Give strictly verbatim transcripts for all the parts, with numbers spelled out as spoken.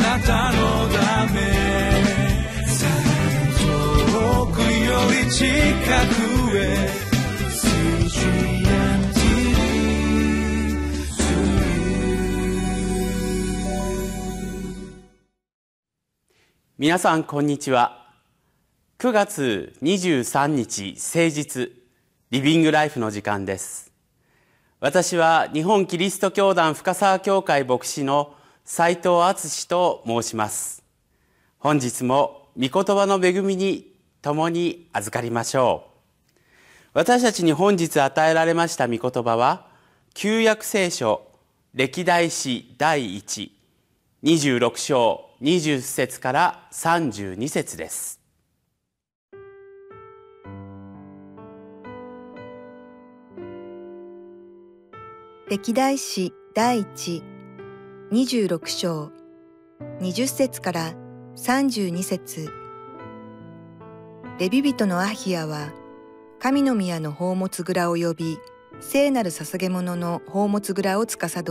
なたのため遠くより近くへ皆さんこんにちは。くがつにじゅうさんにち誠実リビングライフの時間です。私は日本キリスト教団深沢教会牧師の斉藤敦と申します。本日も御言葉の恵みに共に預かりましょう。私たちに本日与えられました御言葉は旧約聖書歴代史第一にじゅうろくしょうにじゅっせつからさんじゅうにせつです。 歴代史第一にじゅうろくしょうにじゅっせつからさんじゅうにせつ。レビ人のアヒヤは神の宮の宝物蔵を呼び聖なる捧げ物の宝物蔵を司った。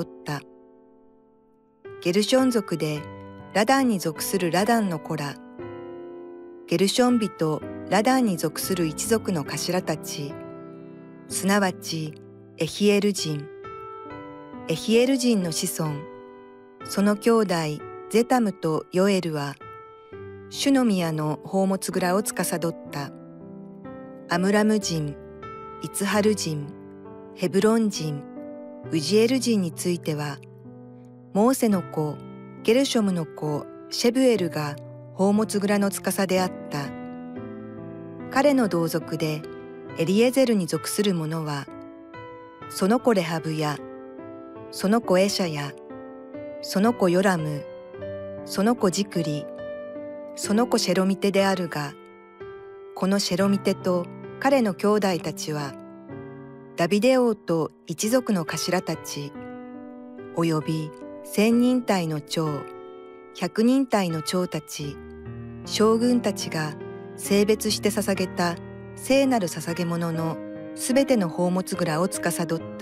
ゲルション族でラダンに属するラダンの子ら、ゲルション人ラダンに属する一族の頭たち、すなわちエヒエル人、エヒエル人の子孫、その兄弟ゼタムとヨエルは、主の宮の宝物蔵を司った。アムラム人、イツハル人、ヘブロン人、ウジエル人については、モーセの子、ゲルショムの子シェブエルが宝物蔵の司であった。彼の同族でエリエゼルに属する者は、その子レハブや、その子エシャや、その子ヨラム、その子ジクリ、その子シェロミテであるが、このシェロミテと彼の兄弟たちは、ダビデ王と一族の頭たち、および千人隊の長、百人隊の長たち、将軍たちが性別して捧げた聖なる捧げ物のすべての宝物蔵を司った。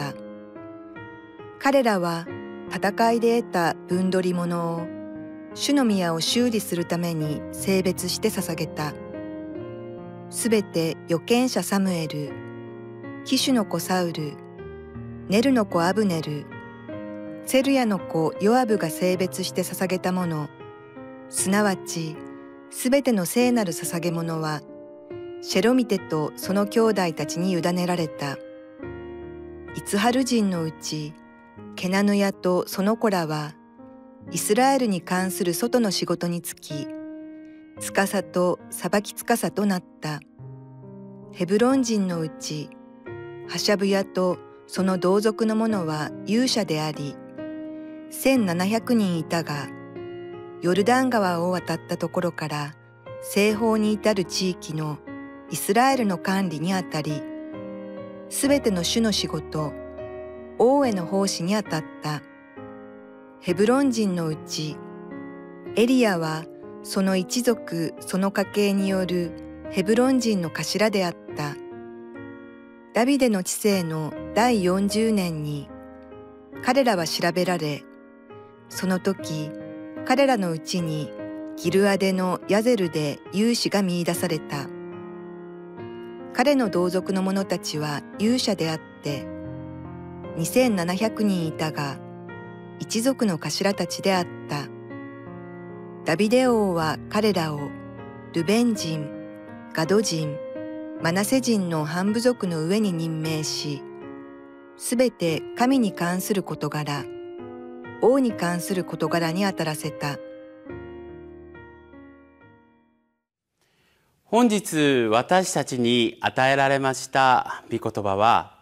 彼らは戦いで得た分取り物を主の宮を修理するために性別して捧げた。すべて預言者サムエル、キシュの子サウル、ネルの子アブネル、セルヤの子ヨアブが性別して捧げたもの、すなわちすべての聖なる捧げ物はシェロミテとその兄弟たちに委ねられた。イツハル人のうちケナヌヤとその子らはイスラエルに関する外の仕事につき、司と裁き司となった。ヘブロン人のうちハシャブヤとその同族の者は勇者であり、千七百人いたが、ヨルダン川を渡ったところから西方に至る地域のイスラエルの管理にあたり、すべての主の仕事、王への奉仕にあたった。ヘブロン人のうち、エリヤはその一族その家系によるヘブロン人の頭であった。ダビデの治世のだいよんじゅうねんに、彼らは調べられ、その時、彼らのうちにギルアデのヤゼルで勇士が見出された。彼の同族の者たちは勇者であって、にせんななひゃくにんいたが、一族の頭たちであった。ダビデ王は彼らをルベン人、ガド人、マナセ人の半部族の上に任命し、すべて神に関する事柄、王に関する事柄に当たらせた。 本日私たちに与えられました御言葉は、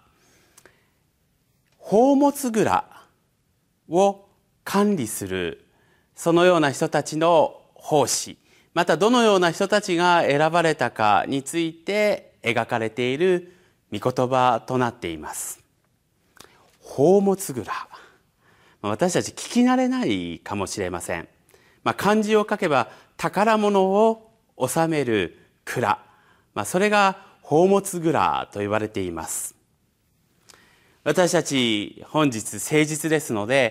宝物蔵を管理するそのような人たちの奉仕、またどのような人たちが選ばれたかについて描かれている御言葉となっています。宝物蔵、私たち聞き慣れないかもしれません。まあ、漢字を書けば宝物を収める蔵、まあ、それが宝物蔵と言われています。私たち本日誠実ですので、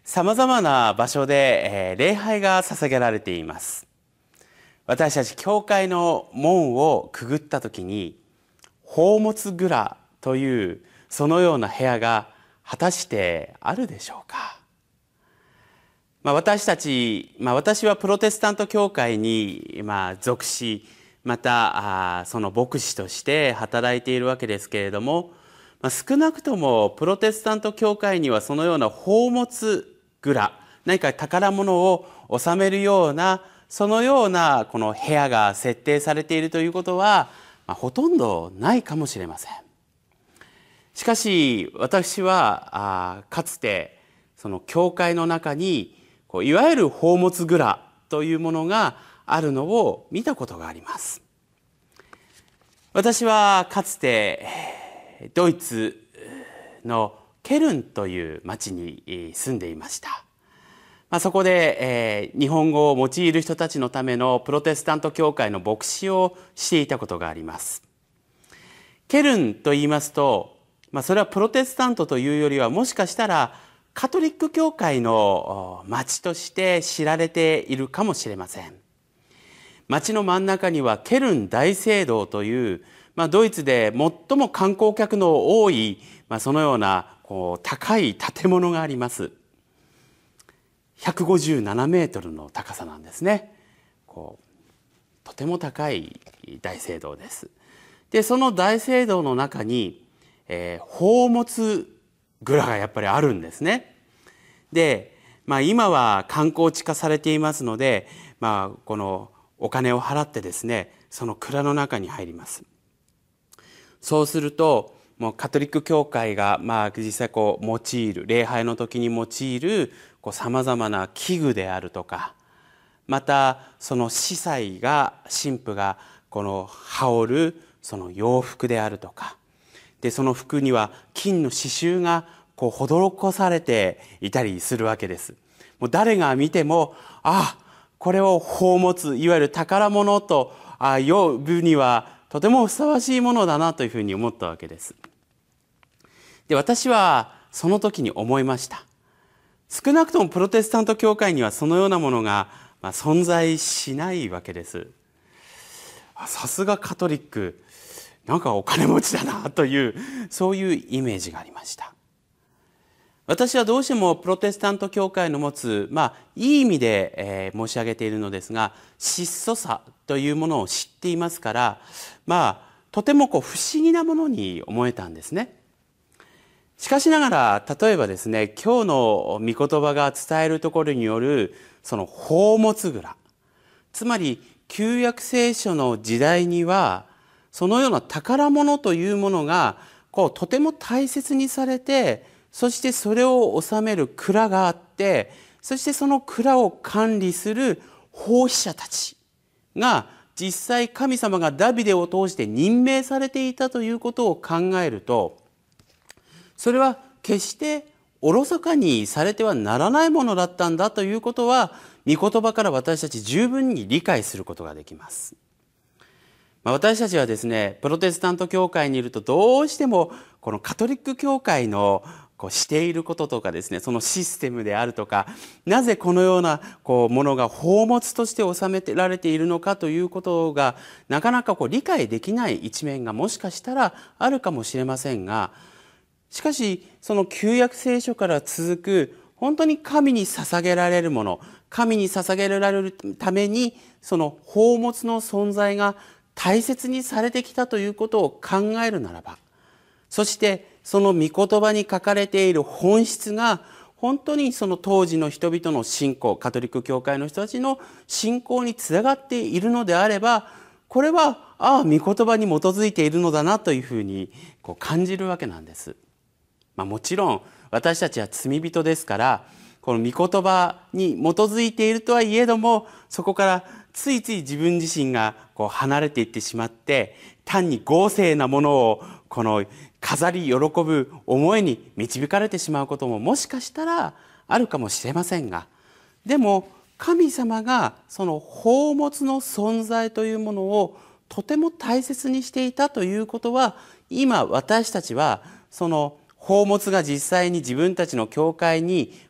さまざまな場所で、えー、礼拝が捧げられています。私たち教会の門をくぐったときに、宝物蔵というそのような部屋が果たしてあるでしょうか。まあ、私たち、まあ、私はプロテスタント教会に、まあ、属し、またあその牧師として働いているわけですけれども、まあ、少なくともプロテスタント教会にはそのような宝物蔵、何か宝物を収めるようなそのようなこの部屋が設定されているということは、まあ、ほとんどないかもしれません。しかし私はあかつてその教会の中にこういわゆる宝物蔵というものがあるのを見たことがあります。私はかつてドイツのケルンという町に住んでいました。まあ、そこで、えー、日本語を用いる人たちのためのプロテスタント教会の牧師をしていたことがあります。ケルンと言いますと、まあ、それはプロテスタントというよりはもしかしたらカトリック教会の町として知られているかもしれません。町の真ん中にはケルン大聖堂という、まあ、ドイツで最も観光客の多い、まあ、そのようなこう高い建物があります。ひゃくごじゅうななメートルの高さなんですね。こうとても高い大聖堂です。でその大聖堂の中に、えー、宝物蔵がやっぱりあるんですね。で、まあ、今は観光地化されていますので、まあ、このお金を払ってですね、その蔵の中に入ります。そうするともうカトリック教会が、まあ、実際こう用いる礼拝の時に用いるさまざまな器具であるとか、またその司祭が神父がこの羽織るその洋服であるとかで、その服には金の刺繍がこう施されていたりするわけです。もう誰が見ても、ああこれを宝物、いわゆる宝物と呼ぶにはとてもふさわしいものだなというふうに思ったわけです。で、私はその時に思いました。少なくともプロテスタント教会にはそのようなものが存在しないわけです。さすがカトリック、なんかお金持ちだなという、そういうイメージがありました。私はどうしてもプロテスタント教会の持つ、まあいい意味で、えー、申し上げているのですが、質素さというものを知っていますから、まあとてもこう不思議なものに思えたんですね。しかしながら、例えばですね、今日の御言葉が伝えるところによるその宝物蔵、つまり旧約聖書の時代にはそのような宝物というものがこうとても大切にされて、そしてそれを治める蔵があって、そしてその蔵を管理する奉仕者たちが実際神様がダビデを通して任命されていたということを考えると、それは決しておろそかにされてはならないものだったんだということは、御言葉から私たち十分に理解することができます。私たちはですね、プロテスタント教会にいるとどうしてもこのカトリック教会のこうしていることとかですね、そのシステムであるとか、なぜこのようなこうものが宝物として収められているのかということがなかなかこう理解できない一面がもしかしたらあるかもしれませんが、しかしその旧約聖書から続く本当に神に捧げられるもの、神に捧げられるためにその宝物の存在が大切にされてきたということを考えるならば、そしてその御言葉に書かれている本質が本当にその当時の人々の信仰、カトリック教会の人たちの信仰につながっているのであれば、これはああ御言葉に基づいているのだなというふうにこう感じるわけなんです。まあ、もちろん私たちは罪人ですから、この御言葉に基づいているとはいえども、そこからついつい自分自身がこう離れていってしまって、単に豪勢なものをこの飾り喜ぶ思いに導かれてしまうことももしかしたらあるかもしれませんが、でも神様がその宝物の存在というものをとても大切にしていたということは、今私たちはその宝物が実際に自分たちの教会に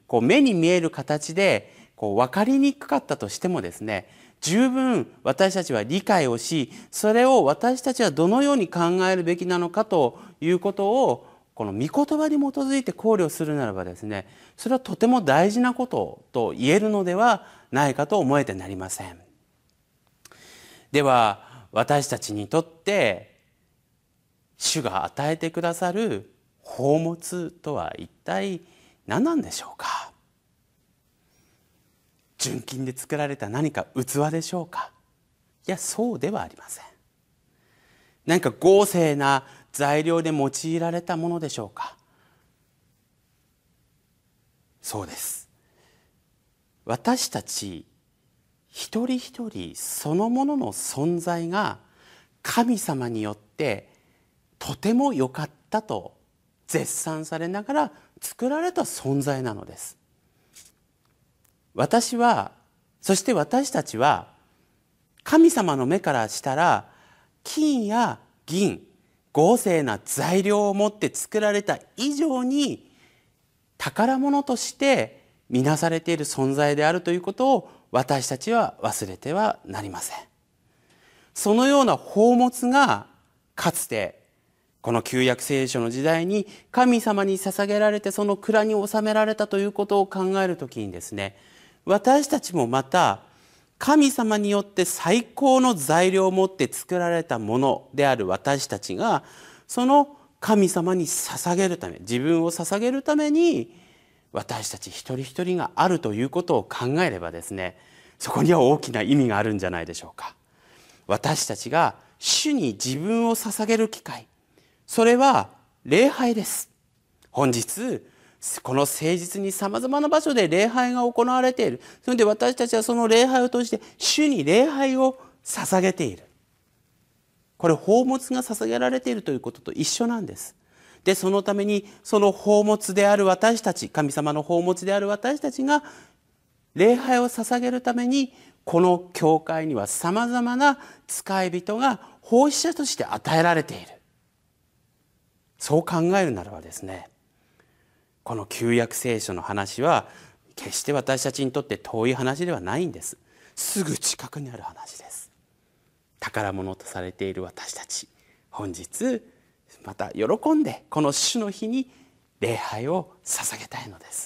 こう目に見える形でこう分かりにくかったとしてもですね、十分私たちは理解をし、それを私たちはどのように考えるべきなのかということをこの御言葉に基づいて考慮するならばですね、それはとても大事なことと言えるのではないかと思えてなりません。では私たちにとって主が与えてくださる宝物とは一体何なんでしょうか。純金で作られた何か器でしょうか。いや、そうではありません。何か豪勢な材料で用いられたものでしょうか。そうです。私たち一人一人そのものの存在が神様によってとても良かったと絶賛されながら作られた存在なのです。私は、そして私たちは神様の目からしたら金や銀、豪勢な材料を持って作られた以上に宝物として見なされている存在であるということを私たちは忘れてはなりません。そのような宝物がかつてこの旧約聖書の時代に神様に捧げられてその蔵に収められたということを考えるときにですね、私たちもまた神様によって最高の材料を持って作られたものである私たちがその神様に捧げるため、自分を捧げるために私たち一人一人があるということを考えればですね、そこには大きな意味があるんじゃないでしょうか。私たちが主に自分を捧げる機会、それは礼拝です。本日この誠実にさまざまな場所で礼拝が行われている。それで私たちはその礼拝を通して主に礼拝を捧げている。これ宝物が捧げられているということと一緒なんです。で、そのためにその宝物である私たち、神様の宝物である私たちが礼拝を捧げるためにこの教会にはさまざまな使い人が奉仕者として与えられている。そう考えるならばですね、この旧約聖書の話は決して私たちにとって遠い話ではないんです。すぐ近くにある話です。宝物とされている私たち、本日また喜んでこの主の日に礼拝を捧げたいのです。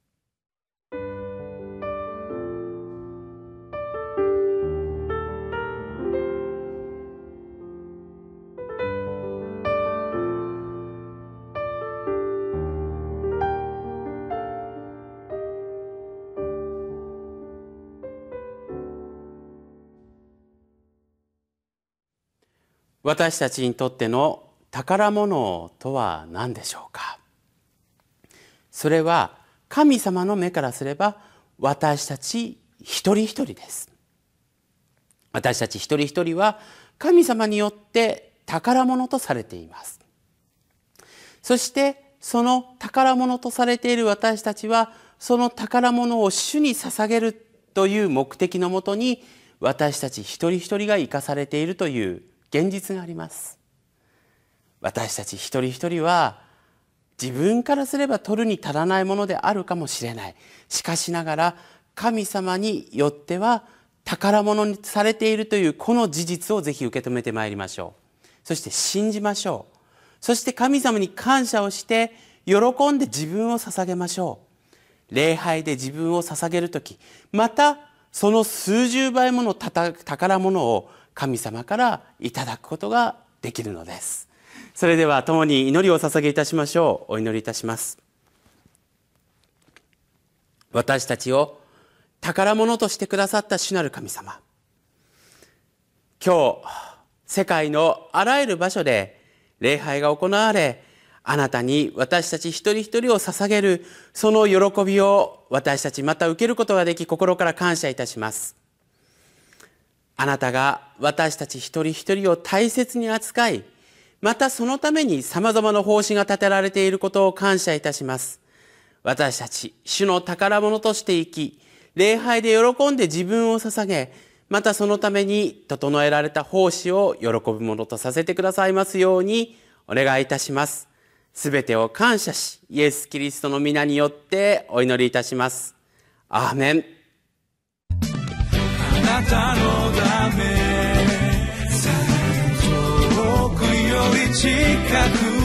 私たちにとっての宝物とは何でしょうか。それは神様の目からすれば私たち一人一人です。私たち一人一人は神様によって宝物とされています。そしてその宝物とされている私たちはその宝物を主に捧げるという目的のもとに私たち一人一人が生かされているという現実があります。私たち一人一人は自分からすれば取るに足らないものであるかもしれない。しかしながら神様によっては宝物にされているというこの事実をぜひ受け止めてまいりましょう。そして信じましょう。そして神様に感謝をして喜んで自分を捧げましょう。礼拝で自分を捧げるとき、またその数十倍もの宝物を神様からいただくことができるのです。それでは共に祈りを捧げいたしましょう。お祈りいたします。私たちを宝物としてくださった主なる神様、今日世界のあらゆる場所で礼拝が行われ、あなたに私たち一人一人を捧げるその喜びを私たちまた受けることができ、心から感謝いたします。あなたが私たち一人一人を大切に扱い、またそのために様々な奉仕が立てられていることを感謝いたします。私たち主の宝物として生き、礼拝で喜んで自分を捧げ、またそのために整えられた奉仕を喜ぶものとさせてくださいますようにお願いいたします。 すべてを感謝し、イエス・キリストの皆によってお祈りいたします。アーメン。 あなたのため遠くより近く